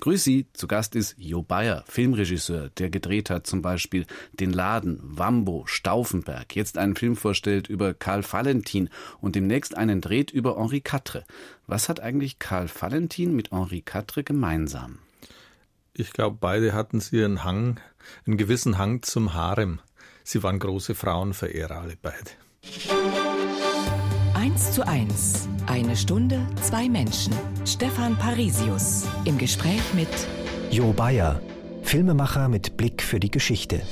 Grüß Sie, zu Gast ist Jo Bayer, Filmregisseur, der gedreht hat zum Beispiel Den Laden, Wambo, Stauffenberg, jetzt einen Film vorstellt über Karl Valentin und demnächst einen dreht über Henri Quatre. Was hat eigentlich Karl Valentin mit Henri Quatre gemeinsam? Ich glaube, beide hatten sie einen gewissen Hang zum Harem. Sie waren große Frauenverehrer, alle beide. 1:1. Eine Stunde, zwei Menschen. Stefan Parisius im Gespräch mit Jo Bayer, Filmemacher mit Blick für die Geschichte.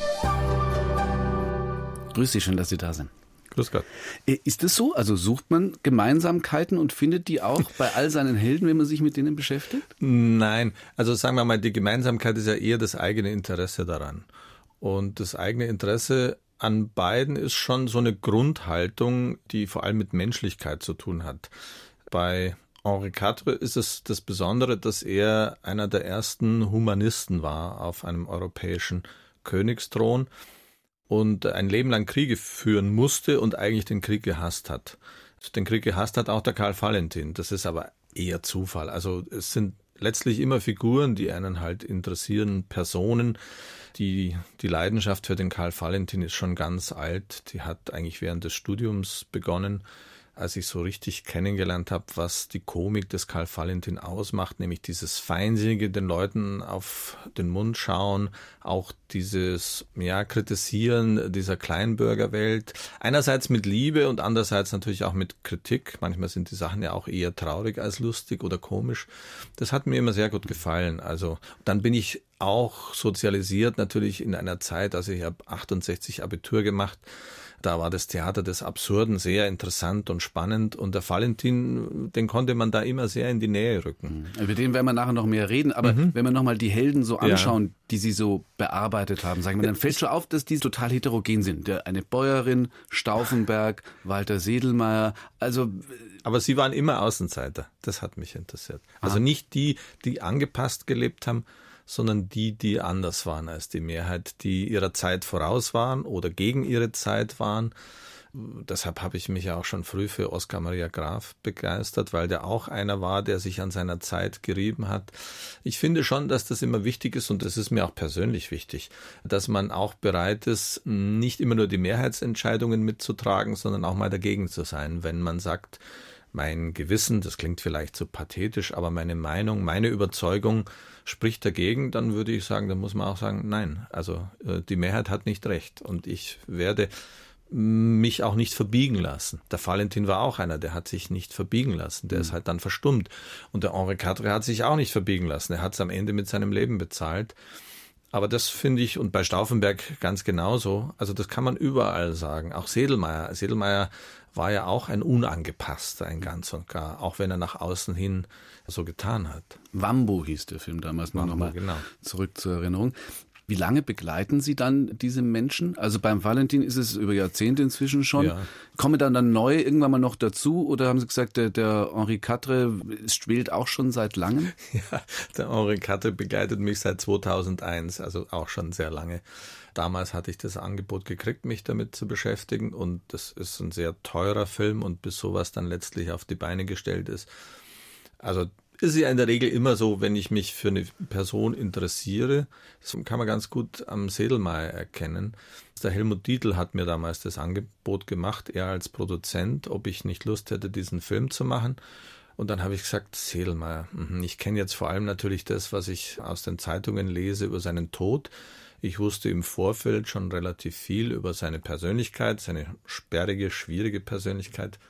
Grüß Sie, schön, dass Sie da sind. Grüß Gott. Ist es so? Also sucht man Gemeinsamkeiten und findet die auch bei all seinen Helden, wenn man sich mit denen beschäftigt? Nein, also sagen wir mal, die Gemeinsamkeit ist ja eher das eigene Interesse daran. Und das eigene Interesse an beiden ist schon so eine Grundhaltung, die vor allem mit Menschlichkeit zu tun hat. Bei Henri Quatre ist es das Besondere, dass er einer der ersten Humanisten war auf einem europäischen Königsthron und ein Leben lang Kriege führen musste und eigentlich den Krieg gehasst hat. Den Krieg gehasst hat auch der Karl Valentin. Das ist aber eher Zufall. Also es sind letztlich immer Figuren, die einen halt interessieren, Personen. Die Leidenschaft für den Karl Valentin ist schon ganz alt. Die hat eigentlich während des Studiums begonnen, als ich so richtig kennengelernt habe, was die Komik des Karl Valentin ausmacht, nämlich dieses Feinsinnige, den Leuten auf den Mund schauen, auch dieses Kritisieren dieser Kleinbürgerwelt. Einerseits mit Liebe und andererseits natürlich auch mit Kritik. Manchmal sind die Sachen ja auch eher traurig als lustig oder komisch. Das hat mir immer sehr gut gefallen. Also dann bin ich auch sozialisiert natürlich in einer Zeit, also ich habe 68 Abitur gemacht. Da war das Theater des Absurden sehr interessant und spannend und der Valentin, den konnte man da immer sehr in die Nähe rücken. Über den werden wir nachher noch mehr reden, aber wenn wir nochmal die Helden so anschauen, die Sie so bearbeitet haben, sagen wir, dann fällt schon auf, dass die total heterogen sind. Eine Bäuerin, Stauffenberg, Walter Sedlmayr, also... Aber sie waren immer Außenseiter, das hat mich interessiert. Also nicht die angepasst gelebt haben, sondern die anders waren als die Mehrheit, die ihrer Zeit voraus waren oder gegen ihre Zeit waren. Deshalb habe ich mich auch schon früh für Oskar Maria Graf begeistert, weil der auch einer war, der sich an seiner Zeit gerieben hat. Ich finde schon, dass das immer wichtig ist und das ist mir auch persönlich wichtig, dass man auch bereit ist, nicht immer nur die Mehrheitsentscheidungen mitzutragen, sondern auch mal dagegen zu sein, wenn man sagt, mein Gewissen, das klingt vielleicht so pathetisch, aber meine Meinung, meine Überzeugung spricht dagegen, dann würde ich sagen, dann muss man auch sagen, nein, also die Mehrheit hat nicht recht und ich werde mich auch nicht verbiegen lassen. Der Valentin war auch einer, der hat sich nicht verbiegen lassen, der ist halt dann verstummt. Und der Henri Quatre hat sich auch nicht verbiegen lassen, er hat es am Ende mit seinem Leben bezahlt. Aber das finde ich, und bei Stauffenberg ganz genauso, also das kann man überall sagen. Auch Sedlmayr. Sedlmayr war ja auch ein Unangepasster, ein ganz und gar, auch wenn er nach außen hin so getan hat. Wambo hieß der Film damals, nochmal genau. Zurück zur Erinnerung. Wie lange begleiten Sie dann diese Menschen? Also beim Valentin ist es über Jahrzehnte inzwischen schon. Ja. Kommen dann neue irgendwann mal noch dazu? Oder haben Sie gesagt, der Henri Quatre spielt auch schon seit langem? Ja, der Henri Quatre begleitet mich seit 2001, also auch schon sehr lange. Damals hatte ich das Angebot gekriegt, mich damit zu beschäftigen. Und das ist ein sehr teurer Film und bis sowas dann letztlich auf die Beine gestellt ist. Also ist ja in der Regel immer so, wenn ich mich für eine Person interessiere, das kann man ganz gut am Sedlmayr erkennen. Der Helmut Dietl hat mir damals das Angebot gemacht, er als Produzent, ob ich nicht Lust hätte, diesen Film zu machen. Und dann habe ich gesagt, Sedlmayr, ich kenne jetzt vor allem natürlich das, was ich aus den Zeitungen lese über seinen Tod. Ich wusste im Vorfeld schon relativ viel über seine Persönlichkeit, seine sperrige, schwierige Persönlichkeit.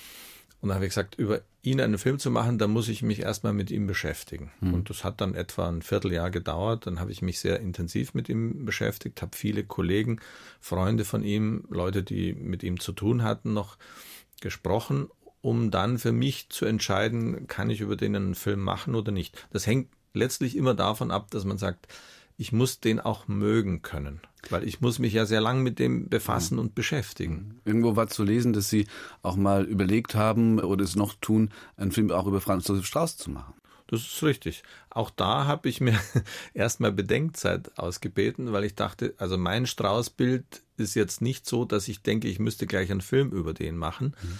Und da habe ich gesagt, über ihn einen Film zu machen, da muss ich mich erstmal mit ihm beschäftigen. Und das hat dann etwa ein Vierteljahr gedauert. Dann habe ich mich sehr intensiv mit ihm beschäftigt, habe viele Kollegen, Freunde von ihm, Leute, die mit ihm zu tun hatten, noch gesprochen, um dann für mich zu entscheiden, kann ich über den einen Film machen oder nicht. Das hängt letztlich immer davon ab, dass man sagt, ich muss den auch mögen können, weil ich muss mich ja sehr lang mit dem befassen und beschäftigen. Irgendwo war zu lesen, dass Sie auch mal überlegt haben oder es noch tun, einen Film auch über Franz Josef Strauß zu machen. Das ist richtig. Auch da habe ich mir erstmal Bedenkzeit ausgebeten, weil ich dachte, also mein Strauß-Bild ist jetzt nicht so, dass ich denke, ich müsste gleich einen Film über den machen.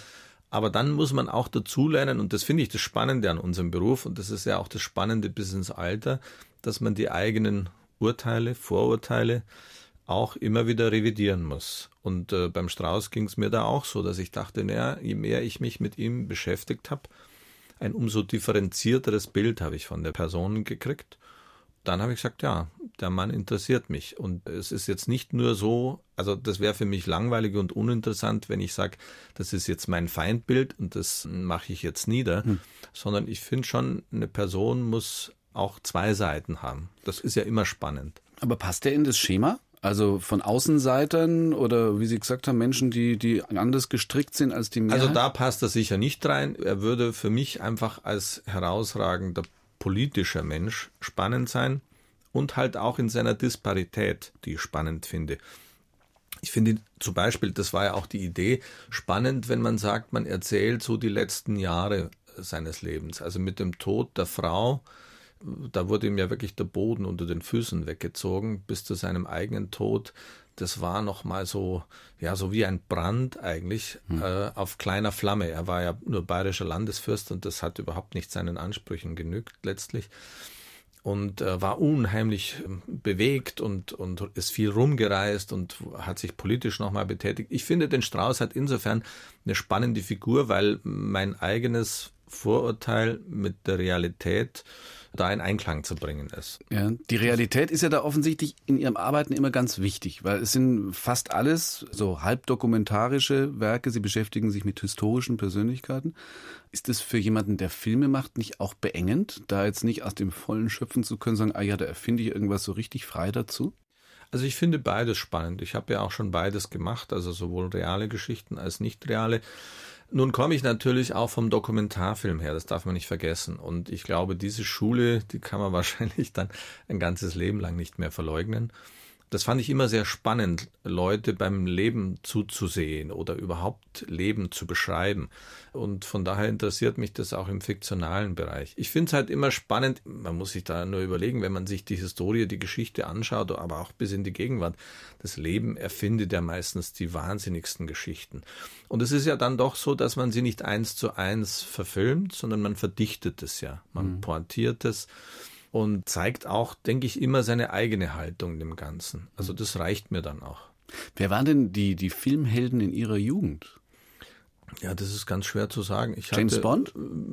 Aber dann muss man auch dazulernen, und das finde ich das Spannende an unserem Beruf, und das ist ja auch das Spannende bis ins Alter, dass man die eigenen Urteile, Vorurteile auch immer wieder revidieren muss. Und beim Strauß ging es mir da auch so, dass ich dachte, naja, je mehr ich mich mit ihm beschäftigt habe, ein umso differenzierteres Bild habe ich von der Person gekriegt. Dann habe ich gesagt, ja, der Mann interessiert mich. Und es ist jetzt nicht nur so, also das wäre für mich langweilig und uninteressant, wenn ich sage, das ist jetzt mein Feindbild und das mache ich jetzt nieder, sondern ich finde schon, eine Person muss auch zwei Seiten haben. Das ist ja immer spannend. Aber passt der in das Schema? Also von Außenseitern oder wie Sie gesagt haben, Menschen, die anders gestrickt sind als die Mehrheit? Also da passt er sicher nicht rein. Er würde für mich einfach als herausragender politischer Mensch spannend sein und halt auch in seiner Disparität, die ich spannend finde. Ich finde zum Beispiel, das war ja auch die Idee, spannend, wenn man sagt, man erzählt so die letzten Jahre seines Lebens. Also mit dem Tod der Frau, da wurde ihm ja wirklich der Boden unter den Füßen weggezogen bis zu seinem eigenen Tod. Das war nochmal so, ja, so wie ein Brand eigentlich auf kleiner Flamme. Er war ja nur bayerischer Landesfürst und das hat überhaupt nicht seinen Ansprüchen genügt letztlich. Und war unheimlich bewegt und ist viel rumgereist und hat sich politisch nochmal betätigt. Ich finde, den Strauß hat insofern eine spannende Figur, weil mein eigenes Vorurteil mit der Realität da in Einklang zu bringen ist. Ja, die Realität ist ja da offensichtlich in Ihrem Arbeiten immer ganz wichtig, weil es sind fast alles so halbdokumentarische Werke. Sie beschäftigen sich mit historischen Persönlichkeiten. Ist es für jemanden, der Filme macht, nicht auch beengend, da jetzt nicht aus dem Vollen schöpfen zu können, sagen, ah ja, da erfinde ich irgendwas so richtig frei dazu? Also ich finde beides spannend. Ich habe ja auch schon beides gemacht, also sowohl reale Geschichten als nicht reale. Nun komme ich natürlich auch vom Dokumentarfilm her, das darf man nicht vergessen. Und ich glaube, diese Schule, die kann man wahrscheinlich dann ein ganzes Leben lang nicht mehr verleugnen. Das fand ich immer sehr spannend, Leute beim Leben zuzusehen oder überhaupt Leben zu beschreiben. Und von daher interessiert mich das auch im fiktionalen Bereich. Ich finde es halt immer spannend, man muss sich da nur überlegen, wenn man sich die Historie, die Geschichte anschaut, aber auch bis in die Gegenwart. Das Leben erfindet ja meistens die wahnsinnigsten Geschichten. Und es ist ja dann doch so, dass man sie nicht 1:1 verfilmt, sondern man verdichtet es ja, man pointiert es. Und zeigt auch, denke ich, immer seine eigene Haltung dem Ganzen. Also das reicht mir dann auch. Wer waren denn die Filmhelden in Ihrer Jugend? Ja, das ist ganz schwer zu sagen. James Bond?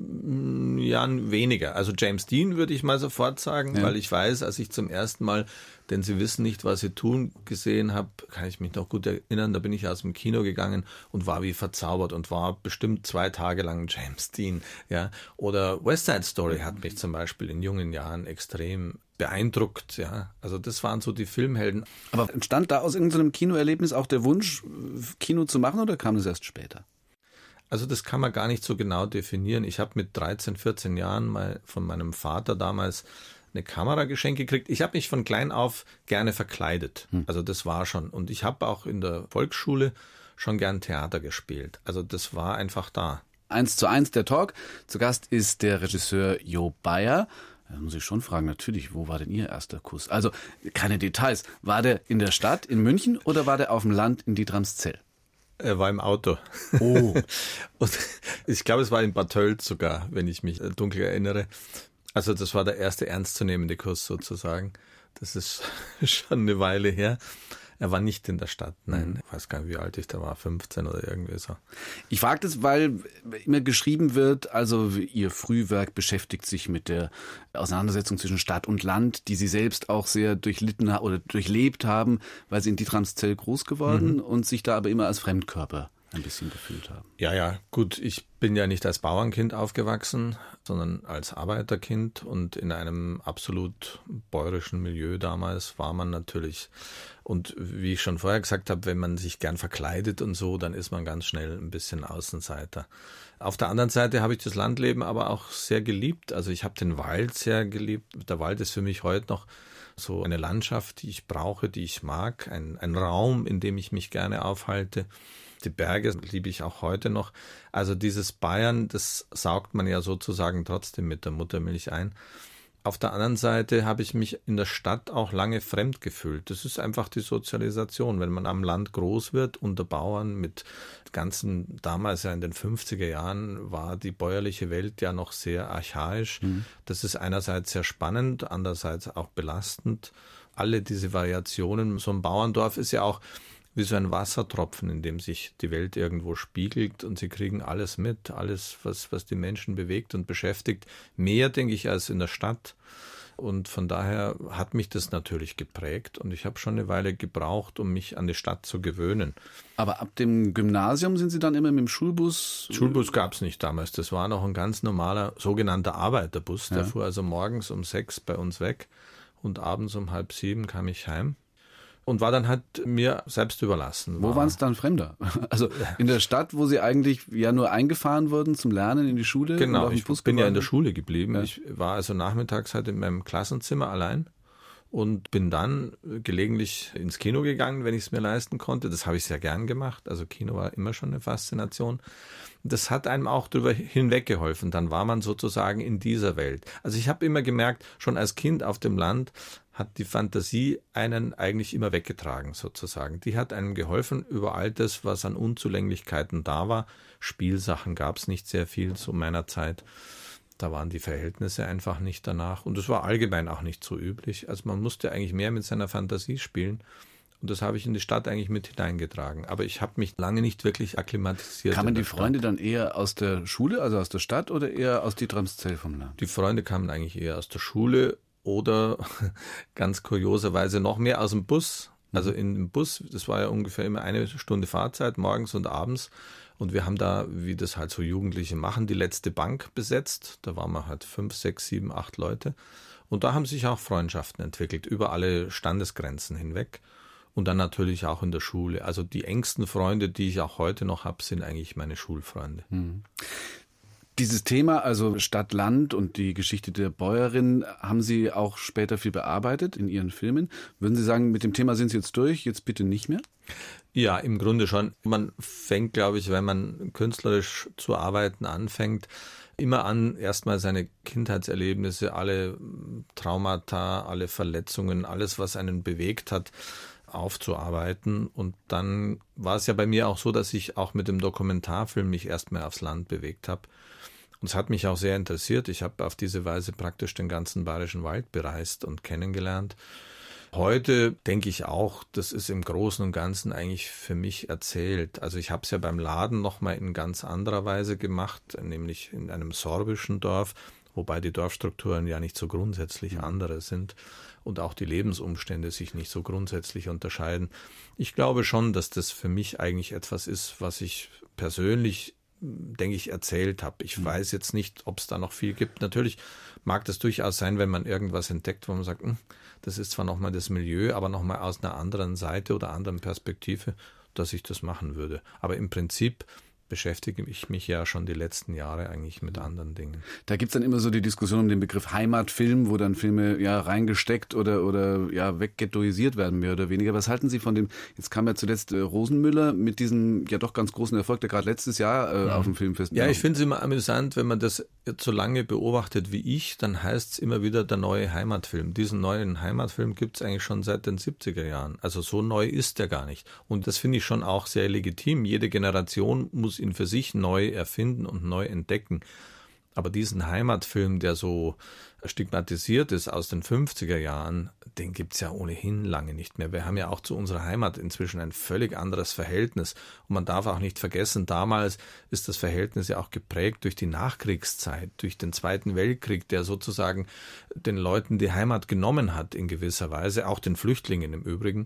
Ja, weniger. Also James Dean würde ich mal sofort sagen, weil ich weiß, als ich zum ersten Mal Denn Sie wissen nicht, was Sie tun gesehen habe, kann ich mich noch gut erinnern, da bin ich aus dem Kino gegangen und war wie verzaubert und war bestimmt 2 Tage lang James Dean. Ja. Oder West Side Story hat mich zum Beispiel in jungen Jahren extrem beeindruckt. Ja. Also das waren so die Filmhelden. Aber entstand da aus irgendeinem Kinoerlebnis auch der Wunsch, Kino zu machen oder kam das erst später? Also das kann man gar nicht so genau definieren. Ich habe mit 13, 14 Jahren mal von meinem Vater damals eine Kamera geschenkt gekriegt. Ich habe mich von klein auf gerne verkleidet. Also das war schon. Und ich habe auch in der Volksschule schon gern Theater gespielt. Also das war einfach da. 1:1 der Talk. Zu Gast ist der Regisseur Jo Bayer. Da muss ich schon fragen, natürlich, wo war denn Ihr erster Kuss? Also keine Details. War der in der Stadt in München oder war der auf dem Land in Dietramszell? Er war im Auto. Oh. Und ich glaube, es war in Bad Tölz sogar, wenn ich mich dunkel erinnere. Also das war der erste ernstzunehmende Kuss sozusagen. Das ist schon eine Weile her. Er war nicht in der Stadt, nein. Ich weiß gar nicht, wie alt ich da war, 15 oder irgendwie so. Ich frage das, weil immer geschrieben wird, also Ihr Frühwerk beschäftigt sich mit der Auseinandersetzung zwischen Stadt und Land, die Sie selbst auch sehr durchlitten oder durchlebt haben, weil Sie in Dietramszell groß geworden und sich da aber immer als Fremdkörper ein bisschen gefühlt haben. Ja, gut, ich bin ja nicht als Bauernkind aufgewachsen, sondern als Arbeiterkind und in einem absolut bäuerischen Milieu damals war man natürlich. Und wie ich schon vorher gesagt habe, wenn man sich gern verkleidet und so, dann ist man ganz schnell ein bisschen Außenseiter. Auf der anderen Seite habe ich das Landleben aber auch sehr geliebt. Also ich habe den Wald sehr geliebt. Der Wald ist für mich heute noch so eine Landschaft, die ich brauche, die ich mag. Ein Raum, in dem ich mich gerne aufhalte. Die Berge liebe ich auch heute noch. Also dieses Bayern, das saugt man ja sozusagen trotzdem mit der Muttermilch ein. Auf der anderen Seite habe ich mich in der Stadt auch lange fremd gefühlt. Das ist einfach die Sozialisation. Wenn man am Land groß wird, unter Bauern mit ganzen, damals ja in den 50er Jahren war die bäuerliche Welt ja noch sehr archaisch. Das ist einerseits sehr spannend, andererseits auch belastend. Alle diese Variationen, so ein Bauerndorf ist ja auch wie so ein Wassertropfen, in dem sich die Welt irgendwo spiegelt und sie kriegen alles mit, alles, was die Menschen bewegt und beschäftigt. Mehr, denke ich, als in der Stadt. Und von daher hat mich das natürlich geprägt und ich habe schon eine Weile gebraucht, um mich an die Stadt zu gewöhnen. Aber ab dem Gymnasium sind Sie dann immer mit dem Schulbus? Schulbus gab es nicht damals. Das war noch ein ganz normaler sogenannter Arbeiterbus. Der fuhr also morgens um 6 bei uns weg und abends um 6:30 kam ich heim. Und war dann halt mir selbst überlassen. Wo waren es dann Fremder? Also in der Stadt, wo Sie eigentlich ja nur eingefahren wurden zum Lernen in die Schule? Genau, ich bin ja in der Schule geblieben. Ja. Ich war also nachmittags halt in meinem Klassenzimmer allein und bin dann gelegentlich ins Kino gegangen, wenn ich es mir leisten konnte. Das habe ich sehr gern gemacht. Also Kino war immer schon eine Faszination. Das hat einem auch darüber hinweggeholfen. Dann war man sozusagen in dieser Welt. Also ich habe immer gemerkt, schon als Kind auf dem Land hat die Fantasie einen eigentlich immer weggetragen sozusagen. Die hat einem geholfen über all das, was an Unzulänglichkeiten da war. Spielsachen gab es nicht sehr viel zu meiner Zeit. Da waren die Verhältnisse einfach nicht danach. Und es war allgemein auch nicht so üblich. Also man musste eigentlich mehr mit seiner Fantasie spielen. Und das habe ich in die Stadt eigentlich mit hineingetragen. Aber ich habe mich lange nicht wirklich akklimatisiert. Kamen die Freunde dann eher aus der Schule, also aus der Stadt, oder eher aus Dietramszell vom Land? Die Freunde kamen eigentlich eher aus der Schule oder ganz kurioserweise noch mehr aus dem Bus. Also in dem Bus, das war ja ungefähr immer 1 Stunde Fahrzeit, morgens und abends. Und wir haben da, wie das halt so Jugendliche machen, die letzte Bank besetzt. Da waren wir halt 5, 6, 7, 8 Leute. Und da haben sich auch Freundschaften entwickelt, über alle Standesgrenzen hinweg. Und dann natürlich auch in der Schule. Also die engsten Freunde, die ich auch heute noch habe, sind eigentlich meine Schulfreunde. Dieses Thema, also Stadt-Land und die Geschichte der Bäuerin, haben Sie auch später viel bearbeitet in Ihren Filmen. Würden Sie sagen, mit dem Thema sind Sie jetzt durch, jetzt bitte nicht mehr? Ja, im Grunde schon. Man fängt, glaube ich, wenn man künstlerisch zu arbeiten anfängt, immer an, erstmal seine Kindheitserlebnisse, alle Traumata, alle Verletzungen, alles, was einen bewegt hat, aufzuarbeiten. Und dann war es ja bei mir auch so, dass ich auch mit dem Dokumentarfilm mich erstmal aufs Land bewegt habe. Und es hat mich auch sehr interessiert. Ich habe auf diese Weise praktisch den ganzen Bayerischen Wald bereist und kennengelernt. Heute denke ich auch, das ist im Großen und Ganzen eigentlich für mich erzählt. Also ich habe es ja beim Laden nochmal in ganz anderer Weise gemacht, nämlich in einem sorbischen Dorf, wobei die Dorfstrukturen ja nicht so grundsätzlich andere sind und auch die Lebensumstände sich nicht so grundsätzlich unterscheiden. Ich glaube schon, dass das für mich eigentlich etwas ist, was ich persönlich, denke ich, erzählt habe. Ich weiß jetzt nicht, ob es da noch viel gibt. Natürlich mag das durchaus sein, wenn man irgendwas entdeckt, wo man sagt, das ist zwar nochmal das Milieu, aber nochmal aus einer anderen Seite oder anderen Perspektive, dass ich das machen würde. Aber im Prinzip beschäftige ich mich ja schon die letzten Jahre eigentlich mit anderen Dingen. Da gibt's dann immer so die Diskussion um den Begriff Heimatfilm, wo dann Filme ja reingesteckt oder ja wegghettoisiert werden, mehr oder weniger. Was halten Sie von dem, jetzt kam ja zuletzt Rosenmüller mit diesem ja doch ganz großen Erfolg, der gerade letztes Jahr auf dem Filmfest war. Ja, ich finde es immer amüsant, wenn man das so lange beobachtet wie ich, dann heißt es immer wieder der neue Heimatfilm. Diesen neuen Heimatfilm gibt es eigentlich schon seit den 70er Jahren. Also so neu ist der gar nicht. Und das finde ich schon auch sehr legitim. Jede Generation muss ihn für sich neu erfinden und neu entdecken. Aber diesen Heimatfilm, der so stigmatisiert ist aus den 50er Jahren, den gibt's ja ohnehin lange nicht mehr. Wir haben ja auch zu unserer Heimat inzwischen ein völlig anderes Verhältnis. Und man darf auch nicht vergessen, damals ist das Verhältnis ja auch geprägt durch die Nachkriegszeit, durch den Zweiten Weltkrieg, der sozusagen den Leuten die Heimat genommen hat in gewisser Weise, auch den Flüchtlingen im Übrigen.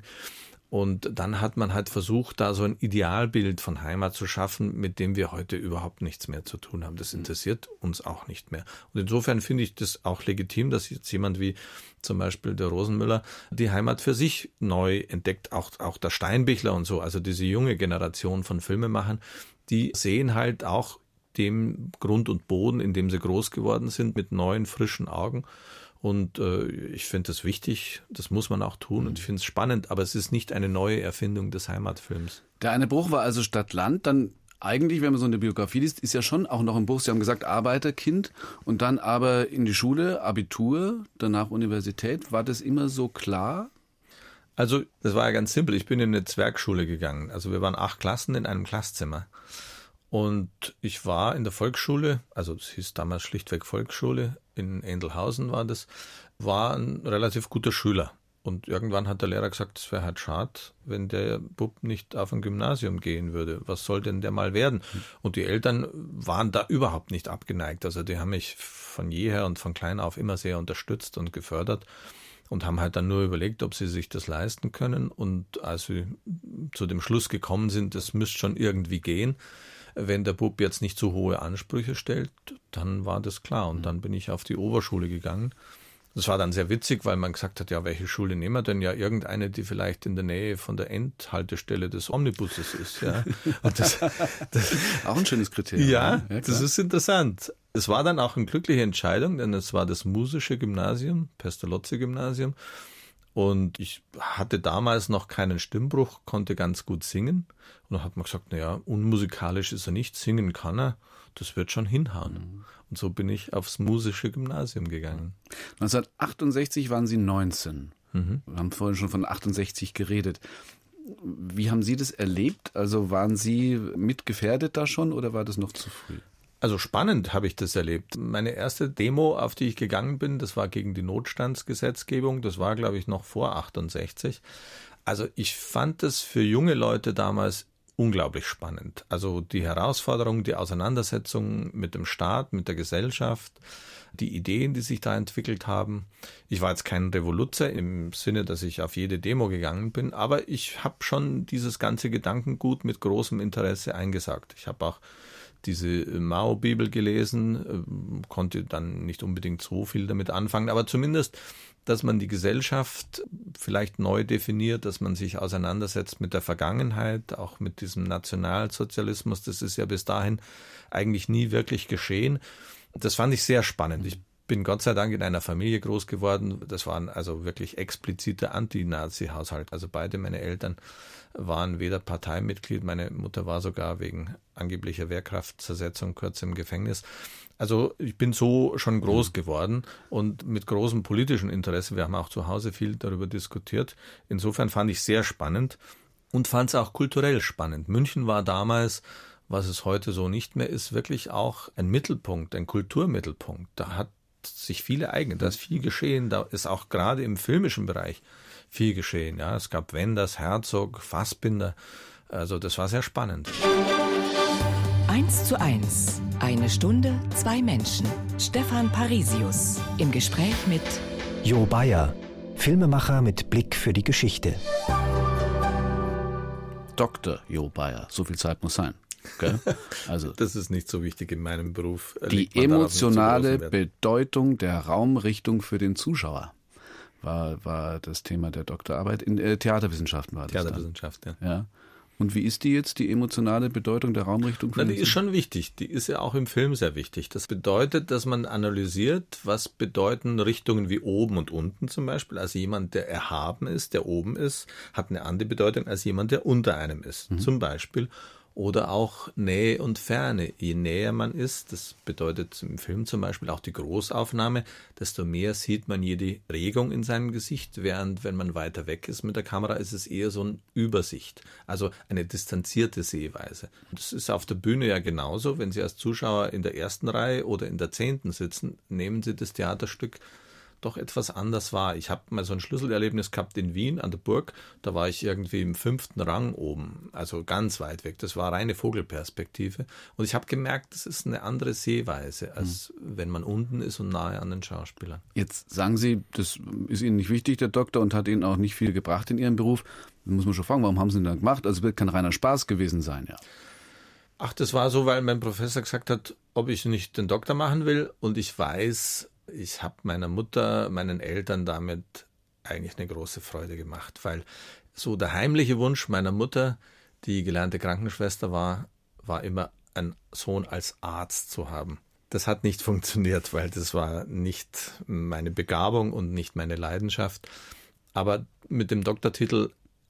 Und dann hat man halt versucht, da so ein Idealbild von Heimat zu schaffen, mit dem wir heute überhaupt nichts mehr zu tun haben. Das interessiert uns auch nicht mehr. Und insofern finde ich das auch legitim, dass jetzt jemand wie zum Beispiel der Rosenmüller die Heimat für sich neu entdeckt, auch der Steinbichler und so, also diese junge Generation von Filmemachern, die sehen halt auch dem Grund und Boden, in dem sie groß geworden sind, mit neuen, frischen Augen. Und ich finde das wichtig, das muss man auch tun und ich finde es spannend, aber es ist nicht eine neue Erfindung des Heimatfilms. Der eine Bruch war also Stadt-Land, dann Eigentlich, wenn man so eine Biografie liest, ist ja schon auch noch im Buch, Sie haben gesagt, Arbeiterkind und dann aber in die Schule, Abitur, danach Universität. War das immer so klar? Also das war ja ganz simpel. Ich bin in eine Zwergschule gegangen. Also wir waren 8 Klassen in einem Klasszimmer. Und ich war in der Volksschule, also es hieß damals schlichtweg Volksschule, in Endelhausen war ein relativ guter Schüler. Und irgendwann hat der Lehrer gesagt, es wäre halt schade, wenn der Bub nicht auf ein Gymnasium gehen würde. Was soll denn der mal werden? Und die Eltern waren da überhaupt nicht abgeneigt. Also die haben mich von jeher und von klein auf immer sehr unterstützt und gefördert und haben halt dann nur überlegt, ob sie sich das leisten können. Und als sie zu dem Schluss gekommen sind, das müsste schon irgendwie gehen, wenn der Bub jetzt nicht so hohe Ansprüche stellt, dann war das klar. Und dann bin ich auf die Oberschule gegangen. Das war dann sehr witzig, weil man gesagt hat, ja, welche Schule nehmen wir denn? Ja, irgendeine, die vielleicht in der Nähe von der Endhaltestelle des Omnibusses ist. Ja. Und das auch ein schönes Kriterium. Ja, das ist interessant. Es war dann auch eine glückliche Entscheidung, denn es war das musische Gymnasium, Pestalozzi-Gymnasium. Und ich hatte damals noch keinen Stimmbruch, konnte ganz gut singen. Und dann hat man gesagt, naja, unmusikalisch ist er nicht, singen kann er, das wird schon hinhauen. Und so bin ich aufs musische Gymnasium gegangen. 1968 waren Sie 19. Wir haben vorhin schon von 68 geredet. Wie haben Sie das erlebt? Also waren Sie mitgefährdet da schon oder war das noch zu früh? Also spannend habe ich das erlebt. Meine erste Demo, auf die ich gegangen bin, das war gegen die Notstandsgesetzgebung. Das war, glaube ich, noch vor 68. Also ich fand das für junge Leute damals unglaublich spannend. Also die Herausforderung, die Auseinandersetzung mit dem Staat, mit der Gesellschaft, die Ideen, die sich da entwickelt haben. Ich war jetzt kein Revoluzer im Sinne, dass ich auf jede Demo gegangen bin, aber ich habe schon dieses ganze Gedankengut mit großem Interesse eingesagt. Ich habe auch diese Mao-Bibel gelesen, konnte dann nicht unbedingt so viel damit anfangen, aber zumindest, dass man die Gesellschaft vielleicht neu definiert, dass man sich auseinandersetzt mit der Vergangenheit, auch mit diesem Nationalsozialismus. Das ist ja bis dahin eigentlich nie wirklich geschehen. Das fand ich sehr spannend. Ich bin Gott sei Dank in einer Familie groß geworden. Das waren also wirklich explizite Anti-Nazi-Haushalt. Also beide meine Eltern waren weder Parteimitglied, meine Mutter war sogar wegen angeblicher Wehrkraftzersetzung kurz im Gefängnis. Also ich bin so schon groß geworden und mit großem politischen Interesse. Wir haben auch zu Hause viel darüber diskutiert. Insofern fand ich sehr spannend und fand es auch kulturell spannend. München war damals, was es heute so nicht mehr ist, wirklich auch ein Mittelpunkt, ein Kulturmittelpunkt. Da hat sich viel ereignet, da ist viel geschehen, da ist auch gerade im filmischen Bereich viel geschehen. Ja, es gab Wenders, Herzog, Fassbinder, also das war sehr spannend. 1:1. Eine Stunde, 2 Menschen. Stefan Parisius im Gespräch mit Jo Bayer, Filmemacher mit Blick für die Geschichte. Dr. Jo Bayer, so viel Zeit muss sein. Okay? Also das ist nicht so wichtig in meinem Beruf. Die emotionale Bedeutung der Raumrichtung für den Zuschauer war das Thema der Doktorarbeit. In Theaterwissenschaften war das. Theaterwissenschaft, ja. Und wie ist die jetzt, die emotionale Bedeutung der Raumrichtung für den Zuschauer? Die ist schon wichtig. Die ist ja auch im Film sehr wichtig. Das bedeutet, dass man analysiert, was bedeuten Richtungen wie oben und unten zum Beispiel. Also jemand, der erhaben ist, der oben ist, hat eine andere Bedeutung als jemand, der unter einem ist. Zum Beispiel. Oder auch Nähe und Ferne. Je näher man ist, das bedeutet im Film zum Beispiel auch die Großaufnahme, desto mehr sieht man jede Regung in seinem Gesicht, während wenn man weiter weg ist mit der Kamera, ist es eher so eine Übersicht, also eine distanzierte Sehweise. Das ist auf der Bühne ja genauso. Wenn Sie als Zuschauer in der ersten Reihe oder in der 10. sitzen, nehmen Sie das Theaterstück doch etwas anders wahr. Ich habe mal so ein Schlüsselerlebnis gehabt in Wien an der Burg, da war ich irgendwie im 5. Rang oben, also ganz weit weg. Das war reine Vogelperspektive und ich habe gemerkt, das ist eine andere Sehweise, als wenn man unten ist und nahe an den Schauspielern. Jetzt sagen Sie, das ist Ihnen nicht wichtig, der Doktor, und hat Ihnen auch nicht viel gebracht in Ihrem Beruf. Da muss man schon fragen, warum haben Sie ihn dann gemacht? Also es wird kein reiner Spaß gewesen sein, ja. Ach, das war so, weil mein Professor gesagt hat, ob ich nicht den Doktor machen will, und ich weiß, ich habe meiner Mutter, meinen Eltern damit eigentlich eine große Freude gemacht, weil so der heimliche Wunsch meiner Mutter, die gelernte Krankenschwester war immer einen Sohn als Arzt zu haben. Das hat nicht funktioniert, weil das war nicht meine Begabung und nicht meine Leidenschaft. Aber mit dem Doktortitel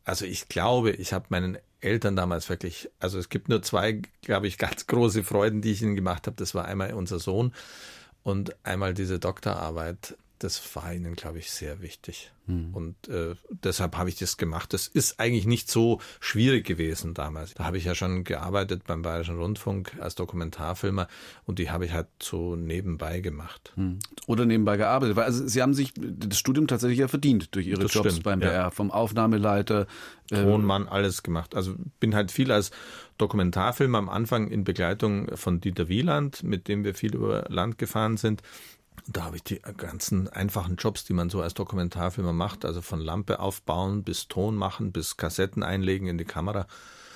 Also ich glaube, ich habe meinen Eltern damals wirklich, also es gibt nur 2, glaube ich, ganz große Freuden, die ich ihnen gemacht habe. Das war einmal unser Sohn und einmal diese Doktorarbeit. Das war ihnen, glaube ich, sehr wichtig. Und deshalb habe ich das gemacht. Das ist eigentlich nicht so schwierig gewesen damals. Da habe ich ja schon gearbeitet beim Bayerischen Rundfunk als Dokumentarfilmer und die habe ich halt so nebenbei gemacht. Oder nebenbei gearbeitet. Also Sie haben sich das Studium tatsächlich ja verdient durch Ihre Jobs beim BR, ja. Vom Aufnahmeleiter. Tonmann, alles gemacht. Also bin halt viel als Dokumentarfilmer am Anfang in Begleitung von Dieter Wieland, mit dem wir viel über Land gefahren sind. Da habe ich die ganzen einfachen Jobs, die man so als Dokumentarfilmer macht, also von Lampe aufbauen bis Ton machen, bis Kassetten einlegen in die Kamera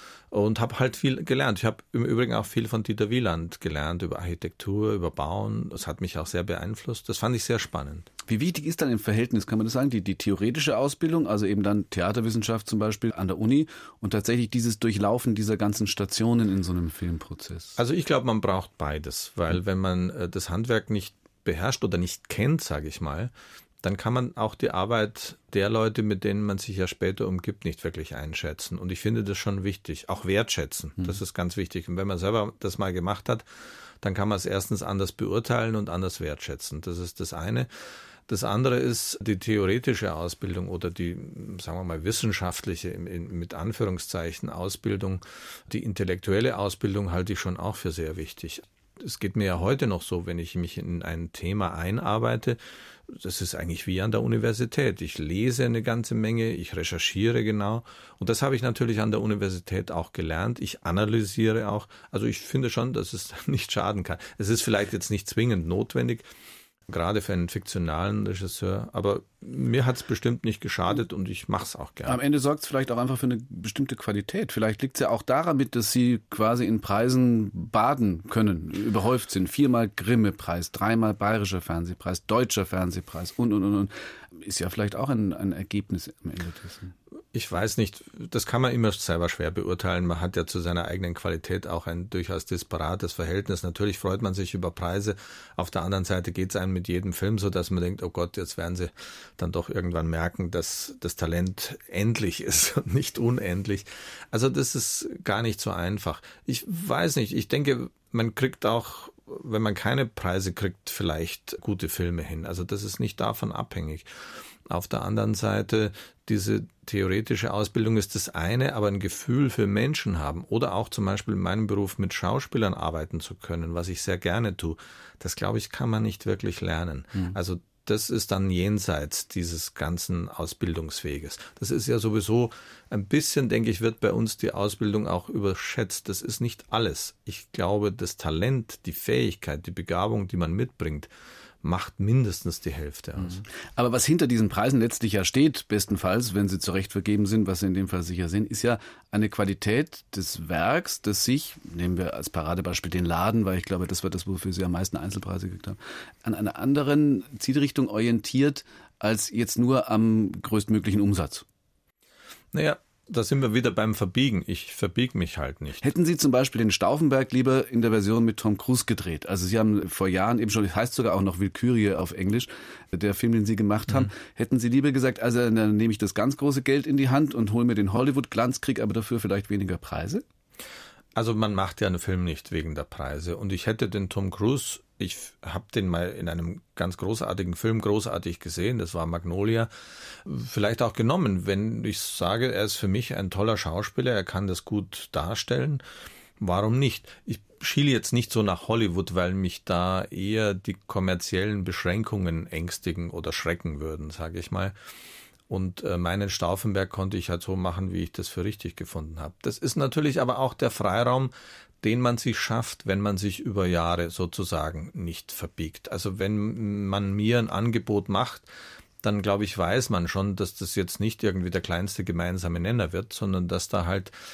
und habe halt viel gelernt. Ich habe im Übrigen auch viel von Dieter Wieland gelernt, über Architektur, über Bauen. Das hat mich auch sehr beeinflusst. Das fand ich sehr spannend. Wie wichtig ist dann im Verhältnis, kann man das sagen, die theoretische Ausbildung, also eben dann Theaterwissenschaft zum Beispiel an der Uni und tatsächlich dieses Durchlaufen dieser ganzen Stationen in so einem Filmprozess? Also ich glaube, man braucht beides, weil wenn man das Handwerk nicht beherrscht oder nicht kennt, sage ich mal, dann kann man auch die Arbeit der Leute, mit denen man sich ja später umgibt, nicht wirklich einschätzen. Und ich finde das schon wichtig, auch wertschätzen. Das ist ganz wichtig. Und wenn man selber das mal gemacht hat, dann kann man es erstens anders beurteilen und anders wertschätzen. Das ist das eine. Das andere ist die theoretische Ausbildung oder die, sagen wir mal, wissenschaftliche, mit Anführungszeichen, Ausbildung. Die intellektuelle Ausbildung halte ich schon auch für sehr wichtig. Es geht mir ja heute noch so, wenn ich mich in ein Thema einarbeite, das ist eigentlich wie an der Universität. Ich lese eine ganze Menge, ich recherchiere genau und das habe ich natürlich an der Universität auch gelernt. Ich analysiere auch. Also ich finde schon, dass es nicht schaden kann. Es ist vielleicht jetzt nicht zwingend notwendig, gerade für einen fiktionalen Regisseur, aber mir hat es bestimmt nicht geschadet und ich mache es auch gerne. Am Ende sorgt es vielleicht auch einfach für eine bestimmte Qualität. Vielleicht liegt es ja auch daran mit, dass Sie quasi in Preisen baden können, überhäuft sind. 4-mal Grimme-Preis, 3-mal Bayerischer Fernsehpreis, Deutscher Fernsehpreis und. Ist ja vielleicht auch ein Ergebnis am Ende dessen. Ich weiß nicht, das kann man immer selber schwer beurteilen. Man hat ja zu seiner eigenen Qualität auch ein durchaus disparates Verhältnis. Natürlich freut man sich über Preise. Auf der anderen Seite geht es einem mit jedem Film so, dass man denkt, oh Gott, jetzt werden sie dann doch irgendwann merken, dass das Talent endlich ist und nicht unendlich. Also das ist gar nicht so einfach. Ich weiß nicht, ich denke, man kriegt auch, wenn man keine Preise kriegt, vielleicht gute Filme hin. Also das ist nicht davon abhängig. Auf der anderen Seite, diese theoretische Ausbildung ist das eine, aber ein Gefühl für Menschen haben oder auch zum Beispiel in meinem Beruf mit Schauspielern arbeiten zu können, was ich sehr gerne tue, das glaube ich, kann man nicht wirklich lernen. Also das ist dann jenseits dieses ganzen Ausbildungsweges. Das ist ja sowieso ein bisschen, denke ich, wird bei uns die Ausbildung auch überschätzt. Das ist nicht alles. Ich glaube, das Talent, die Fähigkeit, die Begabung, die man mitbringt, macht mindestens die Hälfte aus. Aber was hinter diesen Preisen letztlich ja steht, bestenfalls, wenn sie zurecht vergeben sind, was sie in dem Fall sicher sind, ist ja eine Qualität des Werks, das sich, nehmen wir als Paradebeispiel den Laden, weil ich glaube, das war das, wofür Sie am meisten Einzelpreise gekriegt haben, an einer anderen Zielrichtung orientiert, als jetzt nur am größtmöglichen Umsatz. Naja, da sind wir wieder beim Verbiegen. Ich verbiege mich halt nicht. Hätten Sie zum Beispiel den Stauffenberg lieber in der Version mit Tom Cruise gedreht? Also Sie haben vor Jahren eben schon, das heißt sogar auch noch Willkürie auf Englisch, der Film, den Sie gemacht haben. Hätten Sie lieber gesagt, also dann nehme ich das ganz große Geld in die Hand und hole mir den Hollywood-Glanz, krieg aber dafür vielleicht weniger Preise? Also man macht ja einen Film nicht wegen der Preise. Und ich hätte den Tom Cruise, ich habe den mal in einem ganz großartigen Film großartig gesehen, das war Magnolia, vielleicht auch genommen, wenn ich sage, er ist für mich ein toller Schauspieler, er kann das gut darstellen. Warum nicht? Ich schiele jetzt nicht so nach Hollywood, weil mich da eher die kommerziellen Beschränkungen ängstigen oder schrecken würden, sage ich mal. Und meinen Stauffenberg konnte ich halt so machen, wie ich das für richtig gefunden habe. Das ist natürlich aber auch der Freiraum, den man sich schafft, wenn man sich über Jahre sozusagen nicht verbiegt. Also wenn man mir ein Angebot macht, dann glaube ich, weiß man schon, dass das jetzt nicht irgendwie der kleinste gemeinsame Nenner wird, sondern dass da halt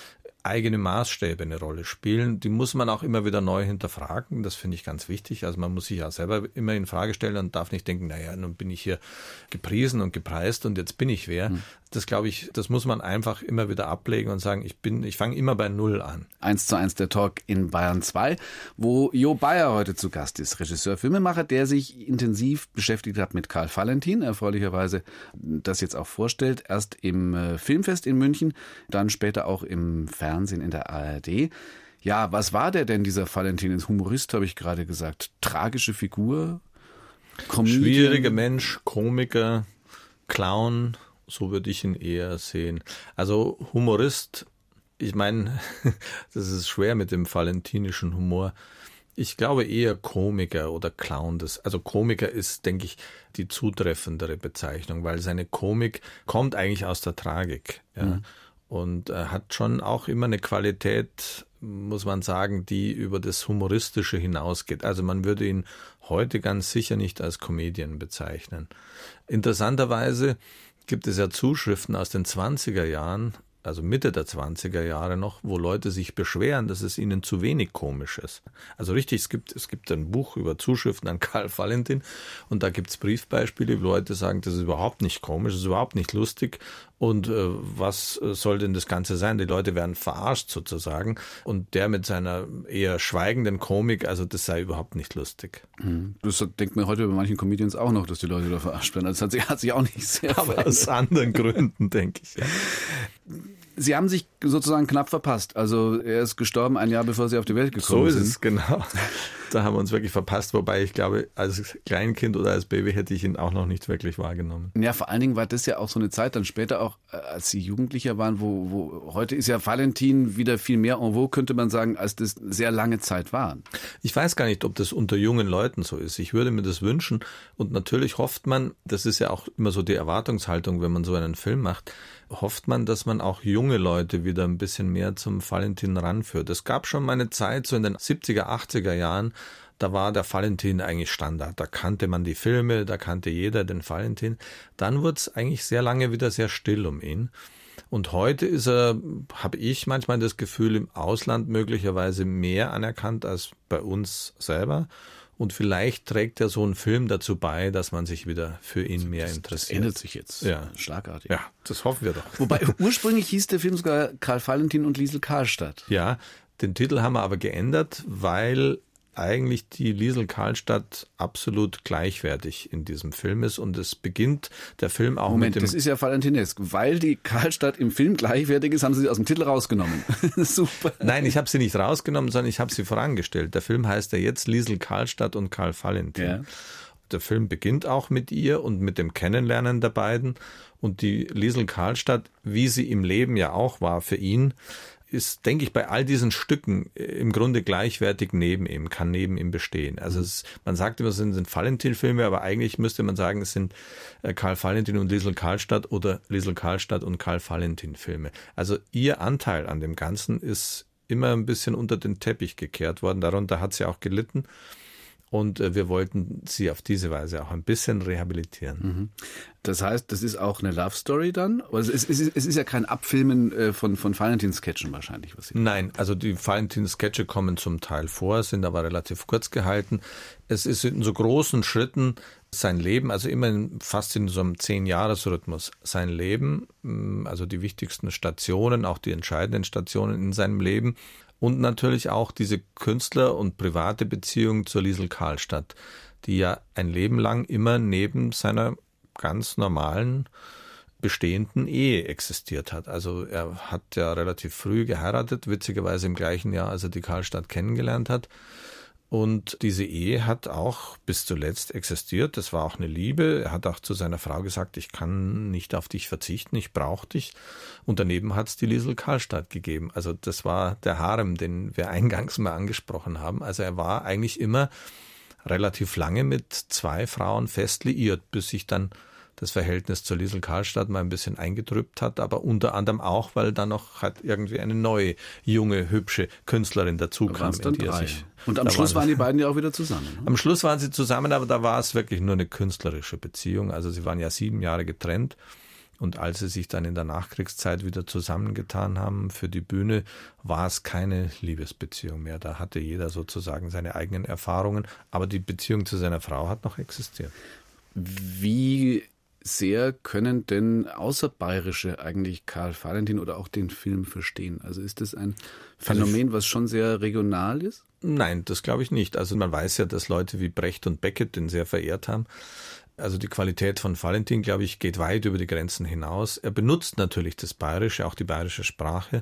eigene Maßstäbe eine Rolle spielen. Die muss man auch immer wieder neu hinterfragen. Das finde ich ganz wichtig. Also man muss sich ja selber immer in Frage stellen und darf nicht denken, naja, nun bin ich hier gepriesen und gepreist und jetzt bin ich wer. Das glaube ich, das muss man einfach immer wieder ablegen und sagen, ich fange immer bei Null an. 1:1 der Talk in Bayern 2, wo Jo Bayer heute zu Gast ist. Regisseur, Filmemacher, der sich intensiv beschäftigt hat mit Karl Valentin, erfreulicherweise das jetzt auch vorstellt. Erst im Filmfest in München, dann später auch im Fernsehen in der ARD. Ja, was war der denn, dieser Valentin? Ein Humorist, habe ich gerade gesagt. Tragische Figur? Comedian? Schwieriger Mensch, Komiker, Clown, so würde ich ihn eher sehen. Also Humorist, ich meine, das ist schwer mit dem valentinischen Humor. Ich glaube eher Komiker oder Clown. Also Komiker ist, denke ich, die zutreffendere Bezeichnung, weil seine Komik kommt eigentlich aus der Tragik. Ja. Und hat schon auch immer eine Qualität, muss man sagen, die über das Humoristische hinausgeht. Also man würde ihn heute ganz sicher nicht als Comedian bezeichnen. Interessanterweise gibt es ja Zuschriften aus den 20er Jahren, also Mitte der 20er Jahre noch, wo Leute sich beschweren, dass es ihnen zu wenig komisch ist. Also richtig, es gibt ein Buch über Zuschriften an Karl Valentin und da gibt es Briefbeispiele, wo Leute sagen, das ist überhaupt nicht komisch, das ist überhaupt nicht lustig und was soll denn das Ganze sein? Die Leute werden verarscht sozusagen und der mit seiner eher schweigenden Komik, also das sei überhaupt nicht lustig. Das denkt man heute bei manchen Comedians auch noch, dass die Leute da verarscht werden. Das hat sich auch nicht sehr verändert. Aber aus anderen Gründen, denke ich. Ja. Sie haben sich sozusagen knapp verpasst. Also er ist gestorben ein Jahr, bevor Sie auf die Welt gekommen sind. So ist es, genau. Da haben wir uns wirklich verpasst, wobei ich glaube, als Kleinkind oder als Baby hätte ich ihn auch noch nicht wirklich wahrgenommen. Ja, vor allen Dingen war das ja auch so eine Zeit, dann später auch, als Sie Jugendlicher waren, wo heute ist ja Valentin wieder viel mehr en vogue, könnte man sagen, als das sehr lange Zeit war. Ich weiß gar nicht, ob das unter jungen Leuten so ist. Ich würde mir das wünschen und natürlich hofft man, das ist ja auch immer so die Erwartungshaltung, wenn man so einen Film macht, hofft man, dass man auch junge Leute wieder ein bisschen mehr zum Valentin ranführt. Es gab schon mal eine Zeit, so in den 70er, 80er Jahren, da war der Valentin eigentlich Standard. Da kannte man die Filme, da kannte jeder den Valentin. Dann wurde es eigentlich sehr lange wieder sehr still um ihn. Und heute ist er, habe ich manchmal das Gefühl, im Ausland möglicherweise mehr anerkannt als bei uns selber. Und vielleicht trägt ja so ein Film dazu bei, dass man sich wieder für ihn mehr interessiert. Das ändert sich jetzt schlagartig. Ja, das hoffen wir doch. Wobei ursprünglich hieß der Film sogar Karl Valentin und Liesl Karlstadt. Ja, den Titel haben wir aber geändert, weil eigentlich die Liesl Karlstadt absolut gleichwertig in diesem Film ist und es beginnt der Film auch mit dem... das ist ja valentinesk. Weil die Karlstadt im Film gleichwertig ist, haben Sie sie aus dem Titel rausgenommen. Super. Nein, ich habe sie nicht rausgenommen, sondern ich habe sie vorangestellt. Der Film heißt ja jetzt Liesl Karlstadt und Karl Valentin. Ja. Der Film beginnt auch mit ihr und mit dem Kennenlernen der beiden und die Liesl Karlstadt, wie sie im Leben ja auch war für ihn, ist, denke ich, bei all diesen Stücken im Grunde gleichwertig neben ihm, kann neben ihm bestehen. Also man sagt immer, es sind Valentin-Filme, aber eigentlich müsste man sagen, es sind Karl Valentin und Liesl Karlstadt oder Liesl Karlstadt und Karl Valentin-Filme. Also ihr Anteil an dem Ganzen ist immer ein bisschen unter den Teppich gekehrt worden. Darunter hat sie auch gelitten. Und wir wollten sie auf diese Weise auch ein bisschen rehabilitieren. Das heißt, das ist auch eine Love Story dann? Also es ist ja kein Abfilmen von Valentin-Sketchen wahrscheinlich. Was Nein, also die Valentin-Sketche kommen zum Teil vor, sind aber relativ kurz gehalten. Es ist in so großen Schritten sein Leben, also immer fast in so einem 10-Jahres-Rhythmus, sein Leben, also die wichtigsten Stationen, auch die entscheidenden Stationen in seinem Leben. Und natürlich auch diese Künstler- und private Beziehung zur Liesl Karlstadt, die ja ein Leben lang immer neben seiner ganz normalen bestehenden Ehe existiert hat. Also er hat ja relativ früh geheiratet, witzigerweise im gleichen Jahr, als er die Karlstadt kennengelernt hat. Und diese Ehe hat auch bis zuletzt existiert. Das war auch eine Liebe. Er hat auch zu seiner Frau gesagt, ich kann nicht auf dich verzichten, ich brauche dich. Und daneben hat es die Liesl Karlstadt gegeben. Also das war der Harem, den wir eingangs mal angesprochen haben. Also er war eigentlich immer relativ lange mit 2 Frauen fest liiert, bis sich dann das Verhältnis zur Liesl Karlstadt mal ein bisschen eingetrübt hat, aber unter anderem auch, weil dann noch halt irgendwie eine neue, junge, hübsche Künstlerin dazu kam. Und am Schluss waren die beiden ja auch wieder zusammen. Ne? Am Schluss waren sie zusammen, aber da war es wirklich nur eine künstlerische Beziehung. Also sie waren ja 7 Jahre getrennt Und als sie sich dann in der Nachkriegszeit wieder zusammengetan haben für die Bühne, war es keine Liebesbeziehung mehr. Da hatte jeder sozusagen seine eigenen Erfahrungen, aber die Beziehung zu seiner Frau hat noch existiert. Wie sehr können denn Außerbayerische eigentlich Karl Valentin oder auch den Film verstehen? Also ist das ein Phänomen, was schon sehr regional ist? Nein, das glaube ich nicht. Also man weiß ja, dass Leute wie Brecht und Beckett den sehr verehrt haben. Also die Qualität von Valentin, glaube ich, geht weit über die Grenzen hinaus. Er benutzt natürlich das Bayerische, auch die bayerische Sprache.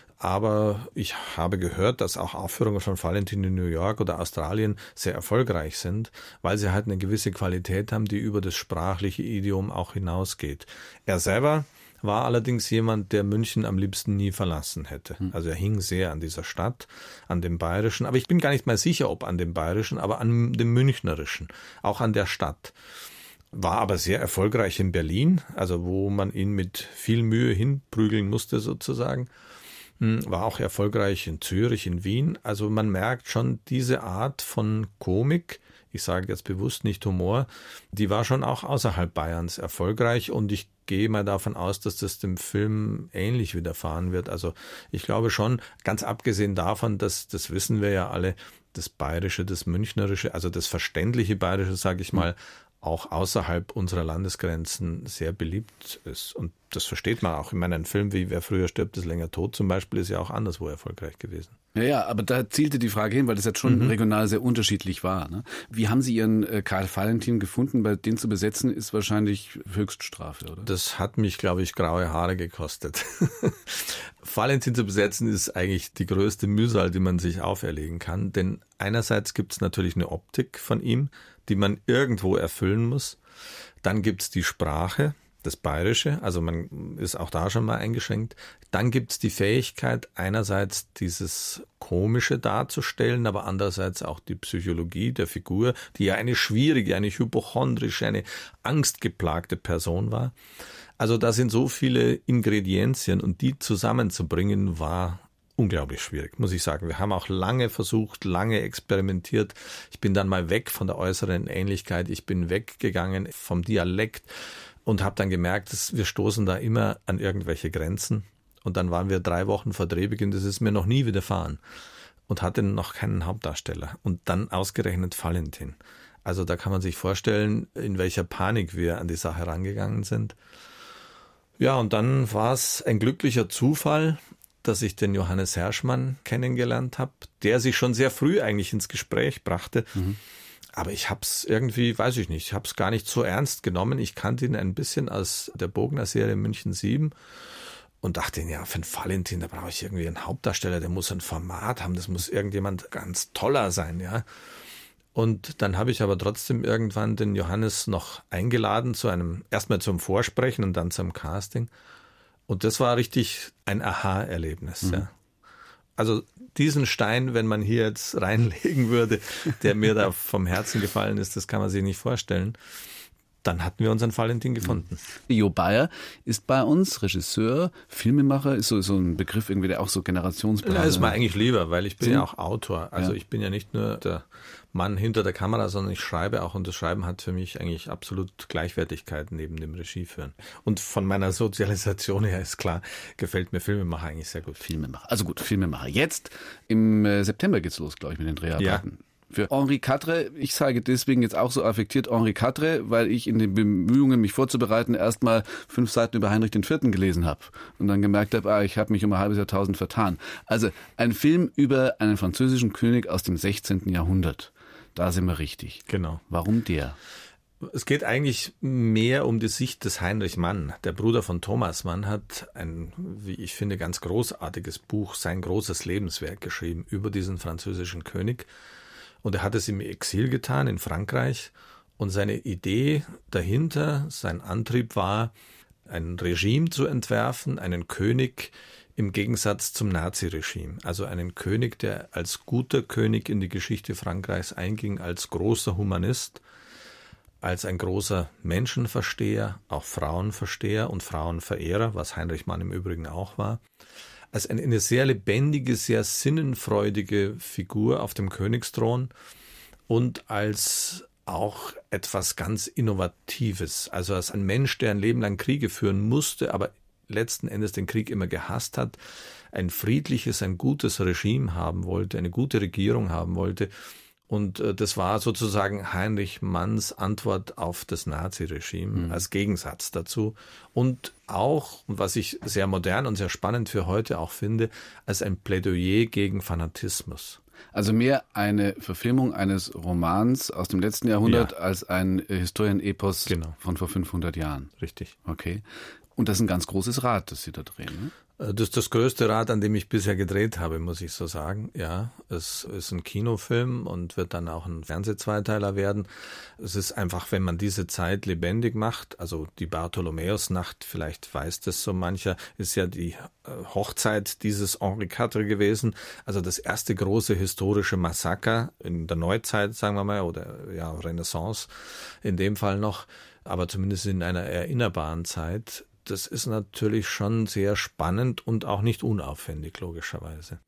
Aber ich habe gehört, dass auch Aufführungen von Valentin in New York oder Australien sehr erfolgreich sind, weil sie halt eine gewisse Qualität haben, die über das sprachliche Idiom auch hinausgeht. Er selber war allerdings jemand, der München am liebsten nie verlassen hätte. Also er hing sehr an dieser Stadt, an dem Bayerischen. Aber ich bin gar nicht mal sicher, ob an dem Bayerischen, aber an dem Münchnerischen, auch an der Stadt. War aber sehr erfolgreich in Berlin, also wo man ihn mit viel Mühe hinprügeln musste sozusagen. War auch erfolgreich in Zürich, in Wien. Also man merkt schon, diese Art von Komik, ich sage jetzt bewusst nicht Humor, die war schon auch außerhalb Bayerns erfolgreich und ich gehe mal davon aus, dass das dem Film ähnlich widerfahren wird. Also ich glaube schon, ganz abgesehen davon, dass, das wissen wir ja alle, das Bayerische, das Münchnerische, also das verständliche Bayerische, sage ich mal, auch außerhalb unserer Landesgrenzen sehr beliebt ist. Und das versteht man auch. Ich meine, ein Film wie Wer früher stirbt, ist länger tot zum Beispiel, ist ja auch anderswo erfolgreich gewesen. Ja, aber da zielte die Frage hin, weil das jetzt schon regional sehr unterschiedlich war. Ne? Wie haben Sie Ihren Karl Valentin gefunden? Weil den zu besetzen ist wahrscheinlich Höchststrafe, oder? Das hat mich, glaube ich, graue Haare gekostet. Valentin zu besetzen ist eigentlich die größte Mühsal, die man sich auferlegen kann. Denn einerseits gibt es natürlich eine Optik von ihm, die man irgendwo erfüllen muss. Dann gibt es die Sprache, das Bayerische, also man ist auch da schon mal eingeschränkt. Dann gibt es die Fähigkeit, einerseits dieses Komische darzustellen, aber andererseits auch die Psychologie der Figur, die ja eine schwierige, eine hypochondrische, eine angstgeplagte Person war. Also da sind so viele Ingredienzien und die zusammenzubringen war unglaublich schwierig, muss ich sagen. Wir haben auch lange versucht, lange experimentiert. Ich bin dann mal weg von der äußeren Ähnlichkeit. Ich bin weggegangen vom Dialekt und habe dann gemerkt, wir stoßen da immer an irgendwelche Grenzen. Und dann waren wir 3 Wochen vor Drehbeginn. Das ist mir noch nie widerfahren und hatte noch keinen Hauptdarsteller. Und dann ausgerechnet Valentin. Also da kann man sich vorstellen, in welcher Panik wir an die Sache rangegangen sind. Ja, und dann war es ein glücklicher Zufall, dass ich den Johannes Herschmann kennengelernt habe, der sich schon sehr früh eigentlich ins Gespräch brachte. Aber ich habe es irgendwie, weiß ich nicht, ich habe es gar nicht so ernst genommen. Ich kannte ihn ein bisschen aus der Bogner-Serie München 7 und dachte, ja, für einen Valentin, da brauche ich irgendwie einen Hauptdarsteller, der muss ein Format haben, das muss irgendjemand ganz toller sein, ja. Und dann habe ich aber trotzdem irgendwann den Johannes noch eingeladen erstmal zum Vorsprechen und dann zum Casting. Und das war richtig ein Aha-Erlebnis, ja. Also diesen Stein, wenn man hier jetzt reinlegen würde, der mir da vom Herzen gefallen ist, das kann man sich nicht vorstellen. Dann hatten wir unseren Valentin gefunden. Jo Bayer ist bei uns Regisseur, Filmemacher, ist so ein Begriff irgendwie, der auch so Generationsberater. Das ist mir eigentlich lieber, weil ich bin ja auch Autor. Also ich bin ja nicht nur der Mann hinter der Kamera, sondern ich schreibe auch und das Schreiben hat für mich eigentlich absolut Gleichwertigkeit neben dem Regieführen. Und von meiner Sozialisation her ist klar, gefällt mir Filmemacher eigentlich sehr gut. Filmemacher, also gut, Filmemacher. Jetzt im September geht's los, glaube ich, mit den Dreharbeiten. Ja. Für Henri Quatre, ich sage deswegen jetzt auch so affektiert Henri Quatre, weil ich in den Bemühungen, mich vorzubereiten, erstmal 5 Seiten über Heinrich IV. Gelesen habe und dann gemerkt habe, ich habe mich um ein halbes Jahrtausend vertan. Also ein Film über einen französischen König aus dem 16. Jahrhundert. Da sind wir richtig. Genau. Warum der? Es geht eigentlich mehr um die Sicht des Heinrich Mann. Der Bruder von Thomas Mann hat ein, wie ich finde, ganz großartiges Buch, sein großes Lebenswerk geschrieben über diesen französischen König. Und er hat es im Exil getan in Frankreich. Und seine Idee dahinter, sein Antrieb war, ein Regime zu entwerfen, einen König im Gegensatz zum Naziregime. Also einen König, der als guter König in die Geschichte Frankreichs einging, als großer Humanist, als ein großer Menschenversteher, auch Frauenversteher und Frauenverehrer, was Heinrich Mann im Übrigen auch war. Als eine sehr lebendige, sehr sinnenfreudige Figur auf dem Königsthron und als auch etwas ganz Innovatives. Also als ein Mensch, der ein Leben lang Kriege führen musste, aber letzten Endes den Krieg immer gehasst hat, ein friedliches, ein gutes Regime haben wollte, eine gute Regierung haben wollte. Und das war sozusagen Heinrich Manns Antwort auf das Naziregime als Gegensatz dazu. Und auch, was ich sehr modern und sehr spannend für heute auch finde, als ein Plädoyer gegen Fanatismus. Also mehr eine Verfilmung eines Romans aus dem letzten Jahrhundert als ein Historienepos von vor 500 Jahren. Richtig. Okay. Und das ist ein ganz großes Rad, das Sie da drehen, ne? Das ist das größte Rad, an dem ich bisher gedreht habe, muss ich so sagen. Ja, es ist ein Kinofilm und wird dann auch ein Fernsehzweiteiler werden. Es ist einfach, wenn man diese Zeit lebendig macht, also die Bartholomäusnacht, vielleicht weiß das so mancher, ist ja die Hochzeit dieses Henri IV gewesen. Also das erste große historische Massaker in der Neuzeit, sagen wir mal, oder ja, Renaissance in dem Fall noch, aber zumindest in einer erinnerbaren Zeit. Das ist natürlich schon sehr spannend und auch nicht unaufwendig, logischerweise.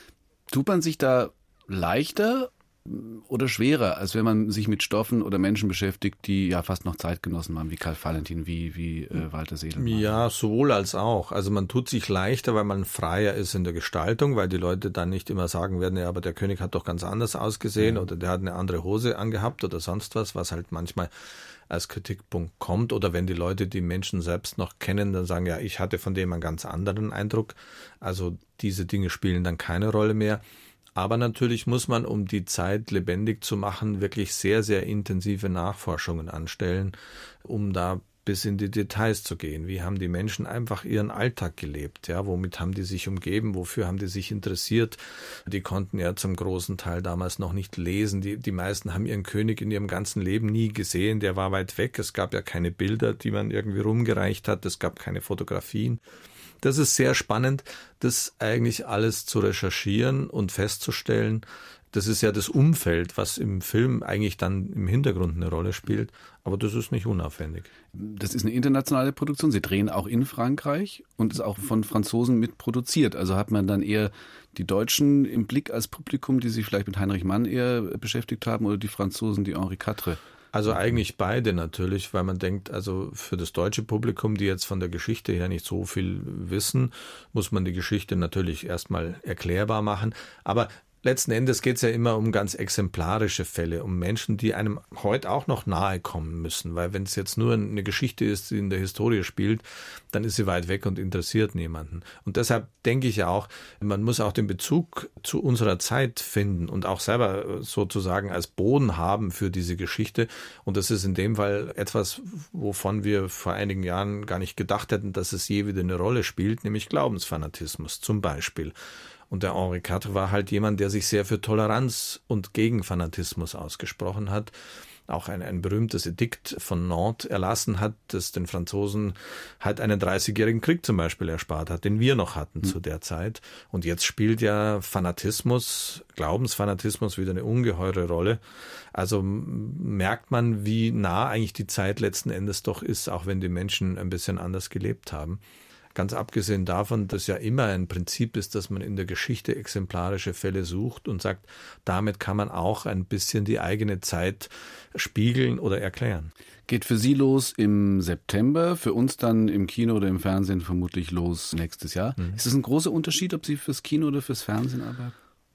Tut man sich da leichter oder schwerer, als wenn man sich mit Stoffen oder Menschen beschäftigt, die ja fast noch Zeitgenossen waren, wie Karl Valentin, wie Walter Sedelmann? Ja, sowohl als auch. Also man tut sich leichter, weil man freier ist in der Gestaltung, weil die Leute dann nicht immer sagen werden, ja, aber der König hat doch ganz anders ausgesehen oder der hat eine andere Hose angehabt oder sonst was halt manchmal als Kritikpunkt kommt, oder wenn die Leute die Menschen selbst noch kennen, dann sagen, ja, ich hatte von dem einen ganz anderen Eindruck. Also diese Dinge spielen dann keine Rolle mehr. Aber natürlich muss man, um die Zeit lebendig zu machen, wirklich sehr, sehr intensive Nachforschungen anstellen, um da bis in die Details zu gehen. Wie haben die Menschen einfach ihren Alltag gelebt? Ja, womit haben die sich umgeben? Wofür haben die sich interessiert? Die konnten ja zum großen Teil damals noch nicht lesen. Die meisten haben ihren König in ihrem ganzen Leben nie gesehen. Der war weit weg. Es gab ja keine Bilder, die man irgendwie rumgereicht hat. Es gab keine Fotografien. Das ist sehr spannend, das eigentlich alles zu recherchieren und festzustellen. Das ist ja das Umfeld, was im Film eigentlich dann im Hintergrund eine Rolle spielt. Aber das ist nicht unaufwendig. Das ist eine internationale Produktion. Sie drehen auch in Frankreich und ist auch von Franzosen mitproduziert. Also hat man dann eher die Deutschen im Blick als Publikum, die sich vielleicht mit Heinrich Mann eher beschäftigt haben, oder die Franzosen, die Henri IV? Also eigentlich beide natürlich, weil man denkt, also für das deutsche Publikum, die jetzt von der Geschichte her nicht so viel wissen, muss man die Geschichte natürlich erstmal erklärbar machen. Aber letzten Endes geht es ja immer um ganz exemplarische Fälle, um Menschen, die einem heute auch noch nahe kommen müssen. Weil wenn es jetzt nur eine Geschichte ist, die in der Historie spielt, dann ist sie weit weg und interessiert niemanden. Und deshalb denke ich ja auch, man muss auch den Bezug zu unserer Zeit finden und auch selber sozusagen als Boden haben für diese Geschichte. Und das ist in dem Fall etwas, wovon wir vor einigen Jahren gar nicht gedacht hätten, dass es je wieder eine Rolle spielt, nämlich Glaubensfanatismus zum Beispiel. Und der Henri IV war halt jemand, der sich sehr für Toleranz und gegen Fanatismus ausgesprochen hat. Auch ein berühmtes Edikt von Nantes erlassen hat, das den Franzosen halt einen 30-jährigen Krieg zum Beispiel erspart hat, den wir noch hatten zu der Zeit. Und jetzt spielt ja Fanatismus, Glaubensfanatismus wieder eine ungeheure Rolle. Also merkt man, wie nah eigentlich die Zeit letzten Endes doch ist, auch wenn die Menschen ein bisschen anders gelebt haben. Ganz abgesehen davon, dass ja immer ein Prinzip ist, dass man in der Geschichte exemplarische Fälle sucht und sagt, damit kann man auch ein bisschen die eigene Zeit spiegeln oder erklären. Geht für Sie los im September, für uns dann im Kino oder im Fernsehen vermutlich los nächstes Jahr. Ist es ein großer Unterschied, ob Sie fürs Kino oder fürs Fernsehen arbeiten?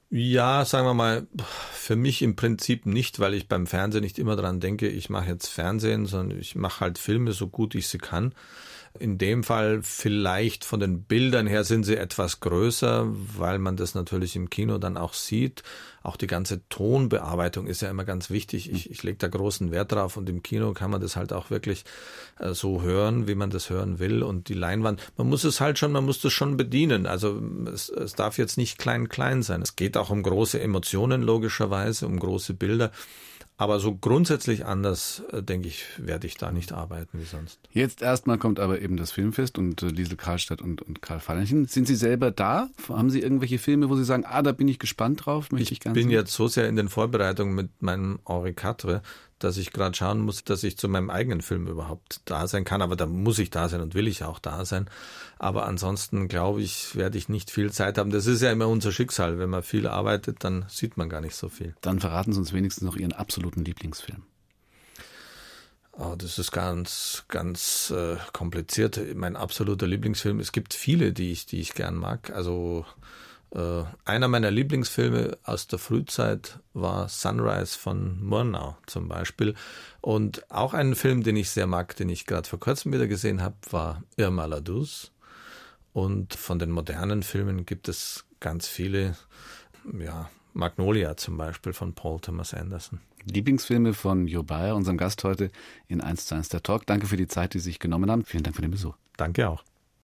Ja, sagen wir mal, für mich im Prinzip nicht, weil ich beim Fernsehen nicht immer dran denke, ich mache jetzt Fernsehen, sondern ich mache halt Filme so gut ich sie kann. In dem Fall vielleicht von den Bildern her sind sie etwas größer, weil man das natürlich im Kino dann auch sieht. Auch die ganze Tonbearbeitung ist ja immer ganz wichtig. Ich lege da großen Wert drauf, und im Kino kann man das halt auch wirklich so hören, wie man das hören will. Und die Leinwand, man muss das schon bedienen. Also es darf jetzt nicht klein sein. Es geht auch um große Emotionen logischerweise, um große Bilder. Aber so grundsätzlich anders, denke ich, werde ich da nicht arbeiten wie sonst. Jetzt erstmal kommt aber eben das Filmfest und Liesl Karlstadt und Karl Valentin. Sind Sie selber da? Haben Sie irgendwelche Filme, wo Sie sagen, da bin ich gespannt drauf? Ich bin jetzt so sehr in den Vorbereitungen mit meinem Henri IV, dass ich gerade schauen muss, dass ich zu meinem eigenen Film überhaupt da sein kann. Aber da muss ich da sein und will ich auch da sein. Aber ansonsten, glaube ich, werde ich nicht viel Zeit haben. Das ist ja immer unser Schicksal. Wenn man viel arbeitet, dann sieht man gar nicht so viel. Dann verraten Sie uns wenigstens noch Ihren absoluten Lieblingsfilm. Oh, das ist ganz, ganz kompliziert. Mein absoluter Lieblingsfilm. Es gibt viele, die ich gern mag. Also einer meiner Lieblingsfilme aus der Frühzeit war Sunrise von Murnau zum Beispiel. Und auch einen Film, den ich sehr mag, den ich gerade vor kurzem wieder gesehen habe, war Irma la Douce. Und von den modernen Filmen gibt es ganz viele, ja, Magnolia zum Beispiel von Paul Thomas Anderson. Lieblingsfilme von Jo Bayer, unserem Gast heute in 1:1 der Talk. Danke für die Zeit, die Sie sich genommen haben. Vielen Dank für den Besuch. Danke auch.